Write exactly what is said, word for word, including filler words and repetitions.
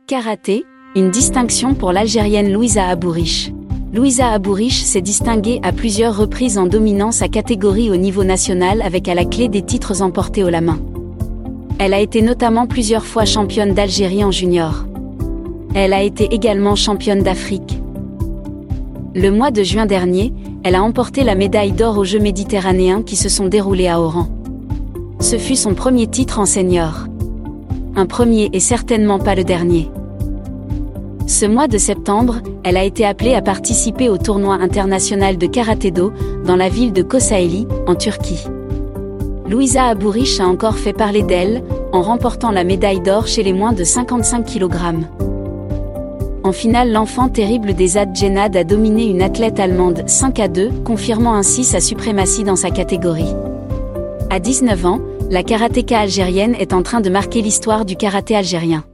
Karaté, une distinction pour l'Algérienne Louisa Abouriche. Louisa Abouriche s'est distinguée à plusieurs reprises en dominant sa catégorie au niveau national avec à la clé des titres emportés haut la main. Elle a été notamment plusieurs fois championne d'Algérie en junior. Elle a été également championne d'Afrique. Le mois de juin dernier, elle a emporté la médaille d'or aux Jeux méditerranéens qui se sont déroulés à Oran. Ce fut son premier titre en senior. Un premier et certainement pas le dernier. Ce mois de septembre, elle a été appelée à participer au tournoi international de karaté-do, dans la ville de Kocaeli, en Turquie. Louisa Abouriche a encore fait parler d'elle, en remportant la médaille d'or chez les moins de cinquante-cinq kilogrammes. En finale, l'enfant terrible des Ad Djenad a dominé une athlète allemande cinq à deux, confirmant ainsi sa suprématie dans sa catégorie. À dix-neuf ans, la karatéka algérienne est en train de marquer l'histoire du karaté algérien.